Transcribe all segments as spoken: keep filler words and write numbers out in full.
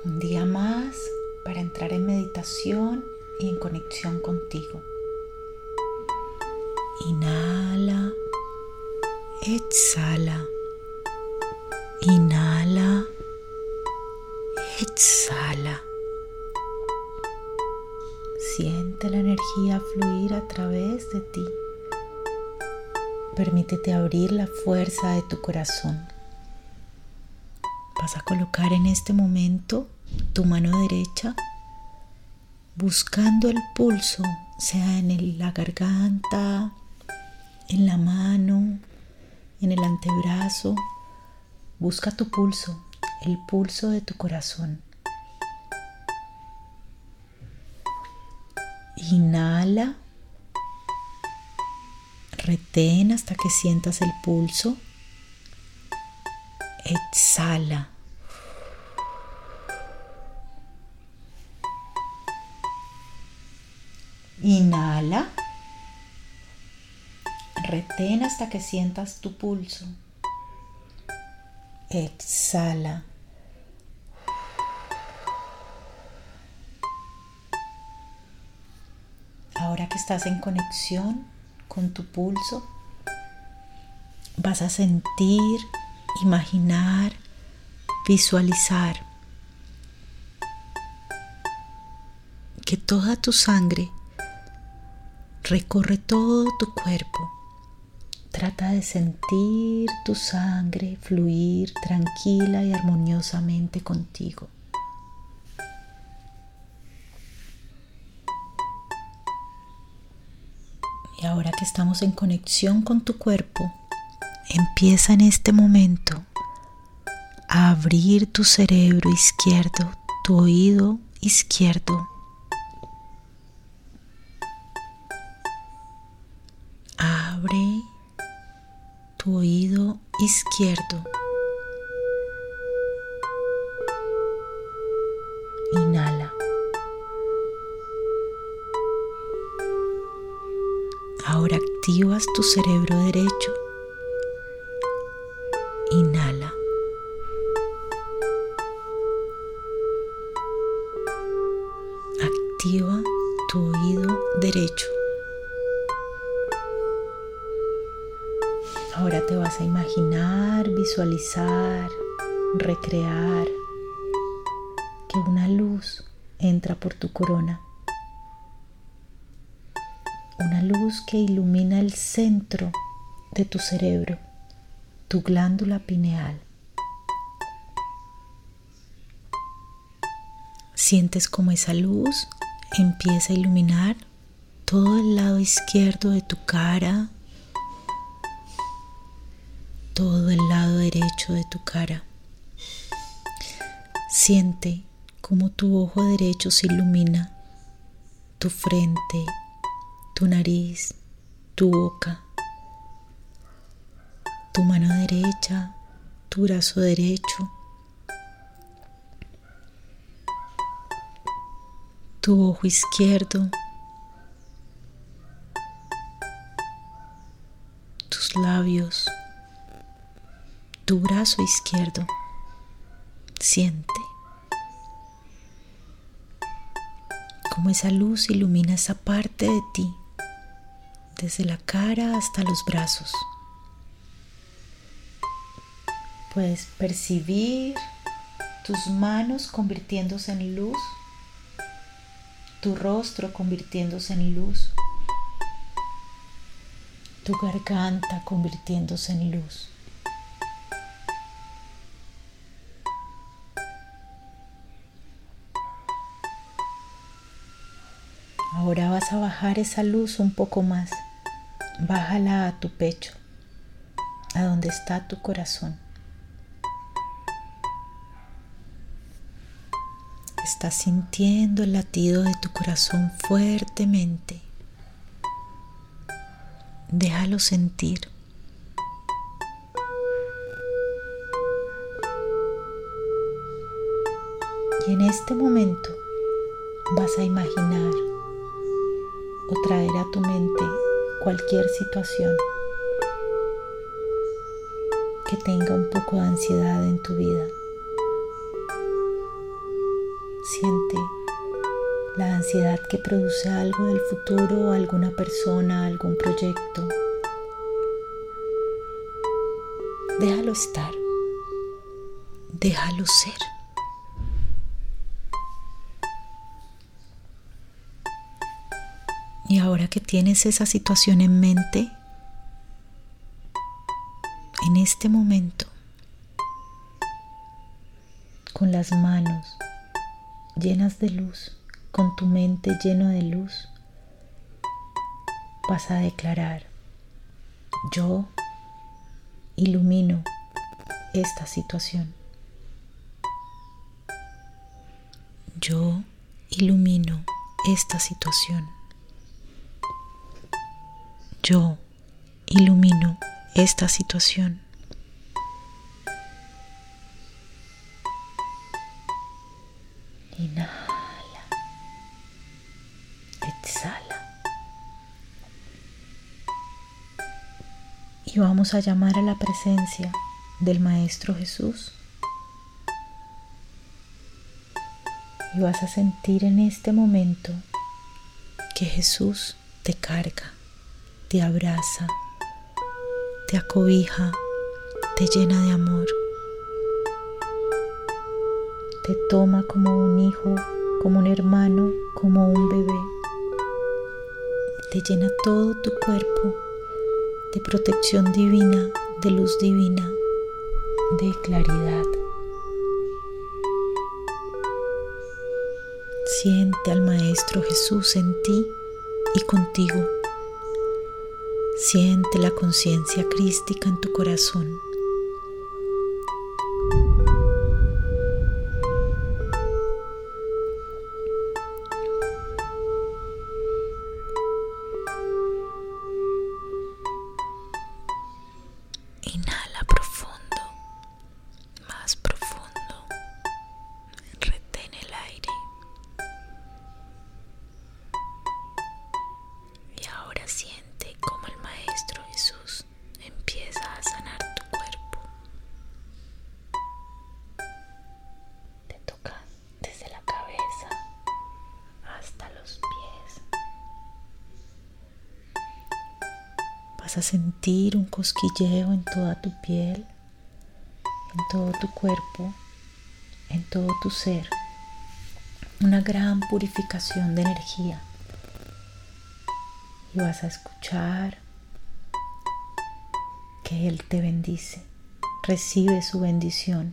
Un día más para entrar en meditación y en conexión contigo. Inhala, exhala, inhala, exhala. Siente la energía fluir a través de ti. Permítete abrir la fuerza de tu corazón. Vas a colocar en este momento tu mano derecha buscando el pulso, sea en el- la garganta, en la mano, en el antebrazo. Busca tu pulso, el pulso de tu corazón. Inhala, retén hasta que sientas el pulso. Exhala. Inhala, retén hasta que sientas tu pulso. Exhala. Ahora que estás en conexión con tu pulso, vas a sentir, imaginar, visualizar que toda tu sangre recorre todo tu cuerpo. Trata de sentir tu sangre fluir tranquila y armoniosamente contigo. Y ahora que estamos en conexión con tu cuerpo, empieza en este momento a abrir tu cerebro izquierdo, tu oído izquierdo. Abre tu oído izquierdo. Inhala. Ahora activas tu cerebro derecho. Inhala. Activa tu oído derecho. Ahora te vas a imaginar, visualizar, recrear que una luz entra por tu corona. Una luz que ilumina el centro de tu cerebro, tu glándula pineal. Sientes como esa luz empieza a iluminar todo el lado izquierdo de tu cara, todo el lado derecho de tu cara. Siente como tu ojo derecho se ilumina, tu frente, tu nariz, tu boca, tu mano derecha, tu brazo derecho, tu ojo izquierdo, tus labios, tu brazo izquierdo. Siente cómo esa luz ilumina esa parte de ti, desde la cara hasta los brazos. Puedes percibir tus manos convirtiéndose en luz, tu rostro convirtiéndose en luz, tu garganta convirtiéndose en luz. Ahora vas a bajar esa luz un poco más. Bájala a tu pecho, a donde está tu corazón. Estás sintiendo el latido de tu corazón fuertemente. Déjalo sentir. Y en este momento vas a imaginar o traer a tu mente cualquier situación que tenga un poco de ansiedad en tu vida. Siente la ansiedad que produce algo del futuro, alguna persona, algún proyecto. Déjalo estar. Déjalo ser. Y ahora que tienes esa situación en mente, en este momento, con las manos llenas de luz, con tu mente llena de luz, vas a declarar: yo ilumino esta situación. Yo ilumino esta situación. Yo ilumino esta situación. Inhala. Exhala. Y vamos a llamar a la presencia del Maestro Jesús. Y vas a sentir en este momento que Jesús te carga, te abraza, te acobija, te llena de amor. Te toma como un hijo, como un hermano, como un bebé. Te llena todo tu cuerpo de protección divina, de luz divina, de claridad. Siente al Maestro Jesús en ti y contigo. Siente la conciencia crística en tu corazón. Inhala profundo, más profundo. Retén el aire. Y ahora siente cómo el Maestro Jesús empieza a sanar tu cuerpo. Te toca desde la cabeza hasta los pies. Vas a sentir un cosquilleo en toda tu piel, en todo tu cuerpo, en todo tu ser. Una gran purificación de energía. Y vas a escuchar que Él te bendice. Recibe su bendición.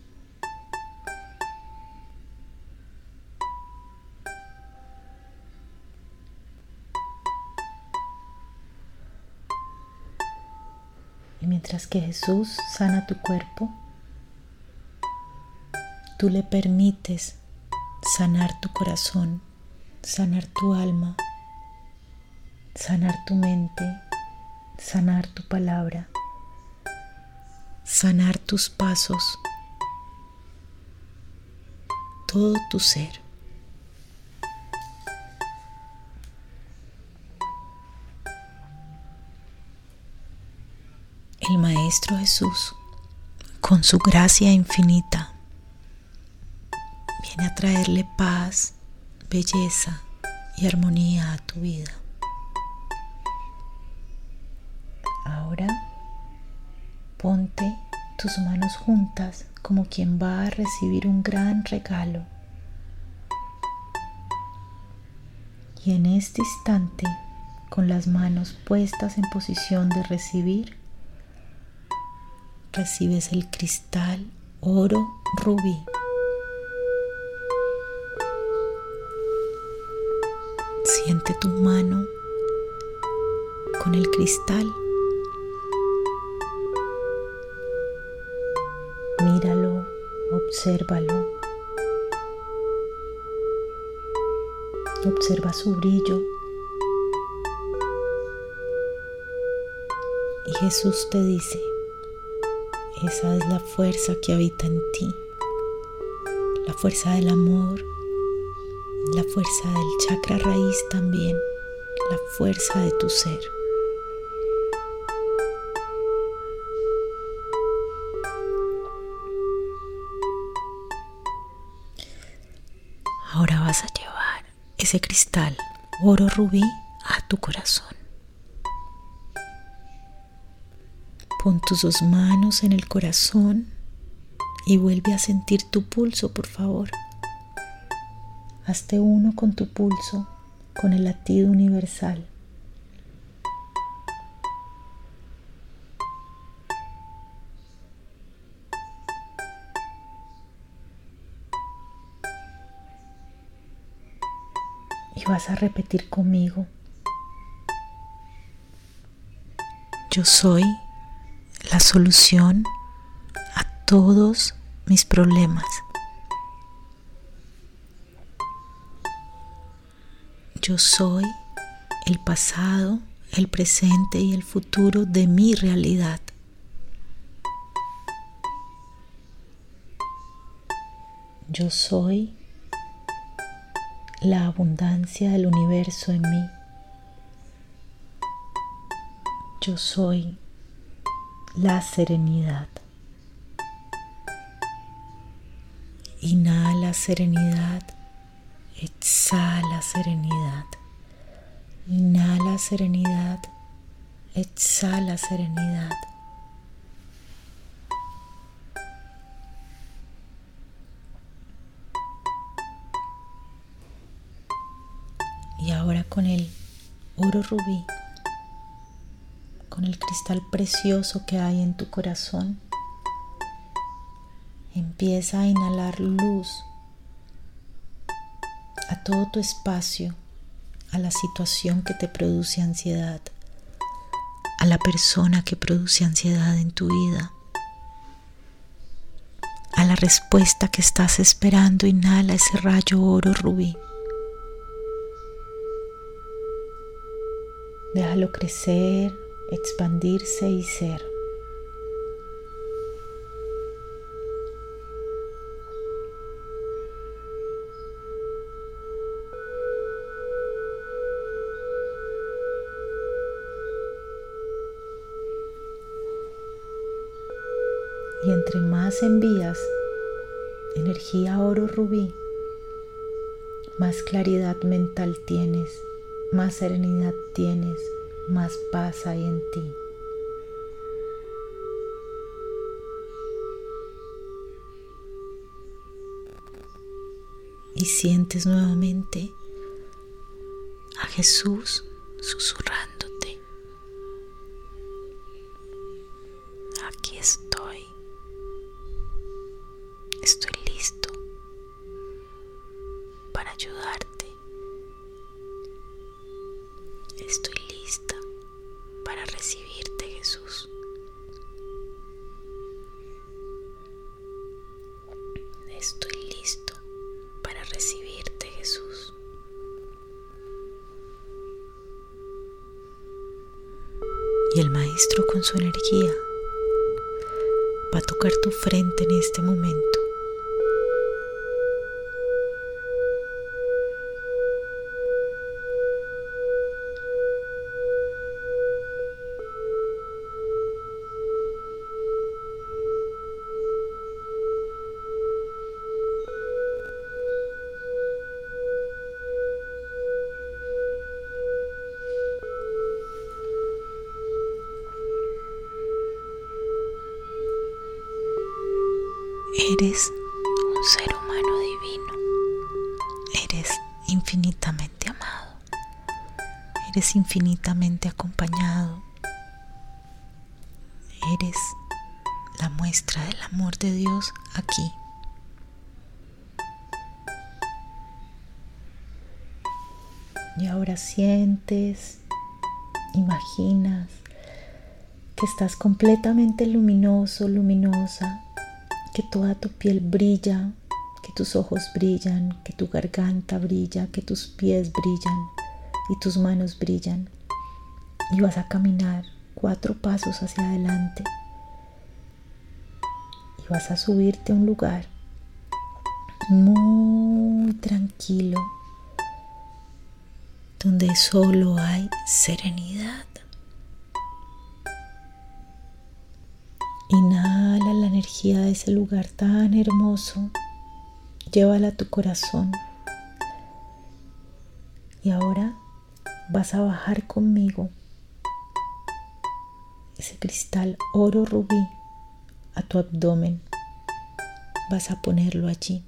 Y mientras que Jesús sana tu cuerpo, tú le permites sanar tu corazón, sanar tu alma, sanar tu mente, sanar tu palabra, sanar tus pasos, todo tu ser. El Maestro Jesús, con su gracia infinita, viene a traerle paz, belleza y armonía a tu vida. Ahora ponte tus manos juntas como quien va a recibir un gran regalo. Y en este instante, con las manos puestas en posición de recibir, recibes el cristal oro rubí. Siente tu mano con el cristal. Míralo, obsérvalo. Observa su brillo. Y Jesús te dice: esa es la fuerza que habita en ti, la fuerza del amor, la fuerza del chakra raíz también, la fuerza de tu ser. Ahora vas a llevar ese cristal oro rubí a tu corazón. Pon tus dos manos en el corazón y vuelve a sentir tu pulso, por favor. Hazte uno con tu pulso, con el latido universal. Y vas a repetir conmigo: yo soy la solución a todos mis problemas. Yo soy el pasado, el presente y el futuro de mi realidad. Yo soy la abundancia del universo en mí. Yo soy la serenidad. Inhala serenidad, exhala serenidad. Inhala serenidad, exhala serenidad. Y ahora con el oro rubí, con el cristal precioso que hay en tu corazón, empieza a inhalar luz a todo tu espacio, a la situación que te produce ansiedad, a la persona que produce ansiedad en tu vida, a la respuesta que estás esperando. Inhala ese rayo oro rubí. Déjalo crecer, expandirse y ser. Y entre más envías energía oro rubí, más claridad mental tienes, más serenidad tienes, más paz hay en ti. Y sientes nuevamente a Jesús susurrándote: aquí estoy, estoy listo para ayudarte. Estoy lista para recibirte, Jesús. Estoy listo para recibirte, Jesús. Y el Maestro, con su energía, va a tocar tu frente en este momento. Eres un ser humano divino. Eres infinitamente amado. Eres infinitamente acompañado. Eres la muestra del amor de Dios aquí. Y ahora sientes, imaginas que estás completamente luminoso, luminosa, que toda tu piel brilla, que tus ojos brillan, que tu garganta brilla, que tus pies brillan y tus manos brillan. Y vas a caminar cuatro pasos hacia adelante y vas a subirte a un lugar muy tranquilo, donde solo hay serenidad. Inhala la energía de ese lugar tan hermoso, llévala a tu corazón Y ahora vas a bajar conmigo ese cristal oro rubí a tu abdomen. Vas a ponerlo allí.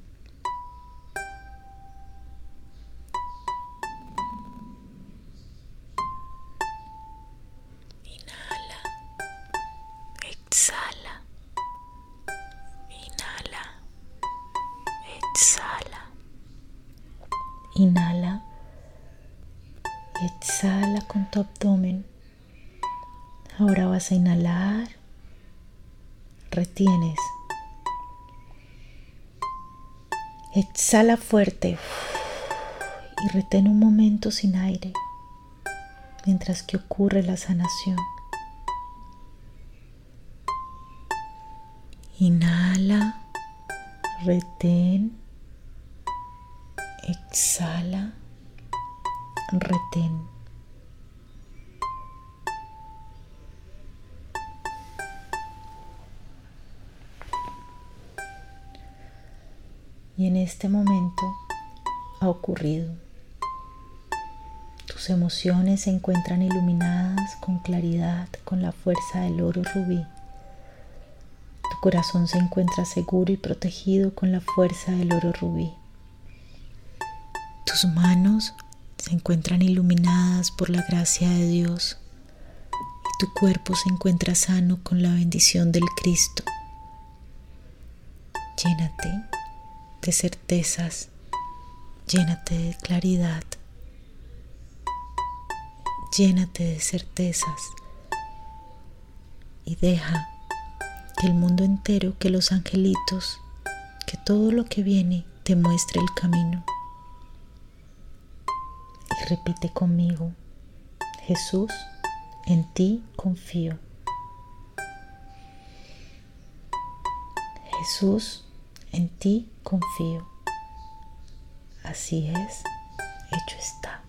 Inhala, exhala, inhala, exhala, inhala, exhala con tu abdomen. Ahora vas a inhalar, retienes, exhala fuerte y retén un momento sin aire mientras que ocurre la sanación. Inhala, retén, exhala, retén. Y en este momento ha ocurrido. Tus emociones se encuentran iluminadas con claridad, con la fuerza del oro rubí. Tu corazón se encuentra seguro y protegido con la fuerza del oro rubí. Tus manos se encuentran iluminadas por la gracia de Dios. Y tu cuerpo se encuentra sano con la bendición del Cristo. Llénate de certezas, llénate de claridad, llénate de certezas y deja que el mundo entero, que los angelitos, que todo lo que viene te muestre el camino. Y repite conmigo: Jesús, en ti confío. Jesús, en ti confío. Así es, hecho está.